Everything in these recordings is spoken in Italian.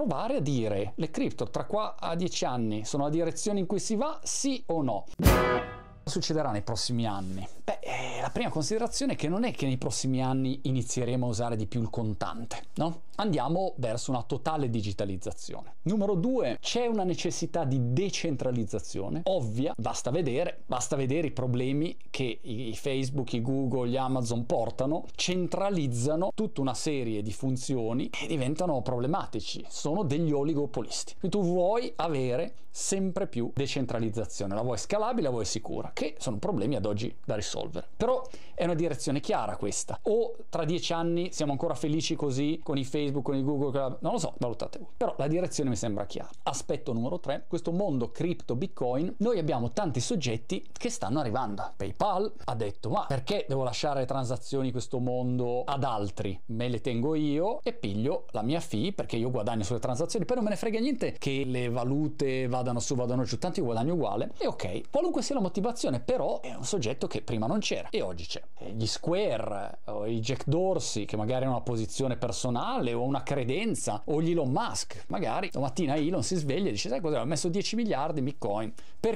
provare a dire: le cripto tra qua a 10 anni sono la direzione in cui si va, sì o no? Cosa succederà nei prossimi anni? Beh, la prima considerazione è che non è che nei prossimi anni inizieremo a usare di più il contante, no? Andiamo verso una totale digitalizzazione. Numero 2, c'è una necessità di decentralizzazione ovvia, basta vedere i problemi che i Facebook, i Google, gli Amazon portano, centralizzano tutta una serie di funzioni e diventano problematici, sono degli oligopolisti. Quindi tu vuoi avere sempre più decentralizzazione, la vuoi scalabile, la vuoi sicura, che sono problemi ad oggi da risolvere. Però è una direzione chiara questa. O tra 10 anni siamo ancora felici così con i Facebook, con i Google, non lo so, valutate voi. Però la direzione mi sembra chiara. Aspetto numero 3, questo mondo cripto Bitcoin, noi abbiamo tanti soggetti che stanno arrivando. PayPal ha detto: ma perché devo lasciare le transazioni in questo mondo ad altri? Me le tengo io e piglio la mia fee perché io guadagno sulle transazioni, poi non me ne frega niente che le valute vadano su, vadano giù, tanto io guadagno uguale. E ok, qualunque sia la motivazione, però è un soggetto che prima non c'era e oggi c'è. Gli Square o i Jack Dorsey, che magari hanno una posizione personale o una credenza, o gli Elon Musk, magari domattina Elon si sveglia e dice: sai cosa, ho messo 10 miliardi in Bitcoin,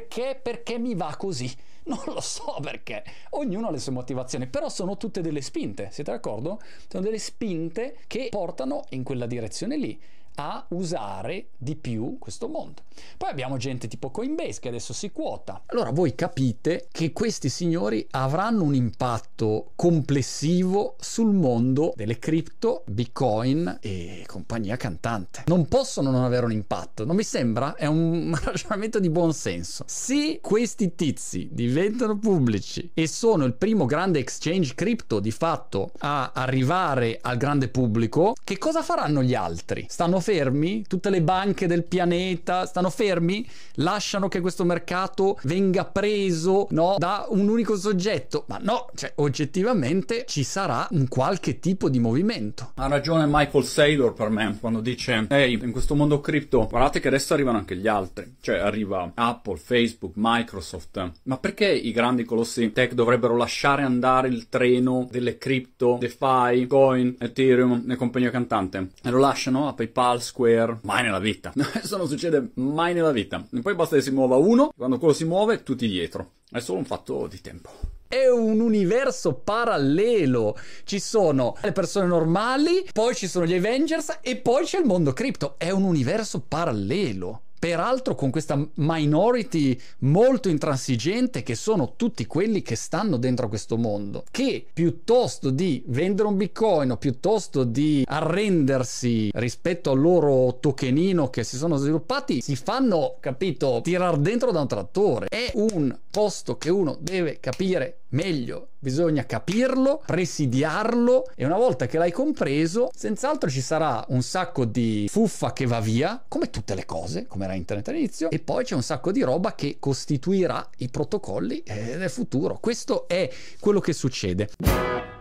perché mi va così? Non lo so perché, ognuno ha le sue motivazioni, però sono tutte delle spinte, siete d'accordo? Sono delle spinte che portano in quella direzione lì, a usare di più questo mondo. Poi abbiamo gente tipo Coinbase che adesso si quota. Allora voi capite che questi signori avranno un impatto complessivo sul mondo delle cripto, Bitcoin e compagnia cantante. Non possono non avere un impatto, non mi sembra? È un ragionamento di buon senso. Se questi tizi diventano pubblici e sono il primo grande exchange cripto di fatto a arrivare al grande pubblico, che cosa faranno gli altri? Stanno fermi? Tutte le banche del pianeta stanno fermi? Lasciano che questo mercato venga preso, no, da un unico soggetto? Ma no, cioè oggettivamente ci sarà un qualche tipo di movimento. Ha ragione Michael Saylor per me quando dice: ehi, in questo mondo cripto guardate che adesso arrivano anche gli altri, cioè arriva Apple, Facebook, Microsoft. Ma perché i grandi colossi tech dovrebbero lasciare andare il treno delle cripto, DeFi, Coin, Ethereum e compagnia cantante? E lo lasciano a PayPal, Square? Mai nella vita. Questo non succede mai nella vita. E poi basta che si muova uno, quando quello si muove tutti dietro. È solo un fatto di tempo. È un universo parallelo, ci sono le persone normali, poi ci sono gli Avengers e poi c'è il mondo cripto. È un universo parallelo, peraltro con questa minority molto intransigente che sono tutti quelli che stanno dentro questo mondo, che piuttosto di vendere un bitcoin o piuttosto di arrendersi rispetto al loro tokenino che si sono sviluppati, si fanno, capito, tirar dentro da un trattore. È un posto che uno deve capire meglio, bisogna capirlo, presidiarlo, e una volta che l'hai compreso senz'altro ci sarà un sacco di fuffa che va via, come tutte le cose, come era internet all'inizio, e poi c'è un sacco di roba che costituirà i protocolli del futuro. Questo è quello che succede.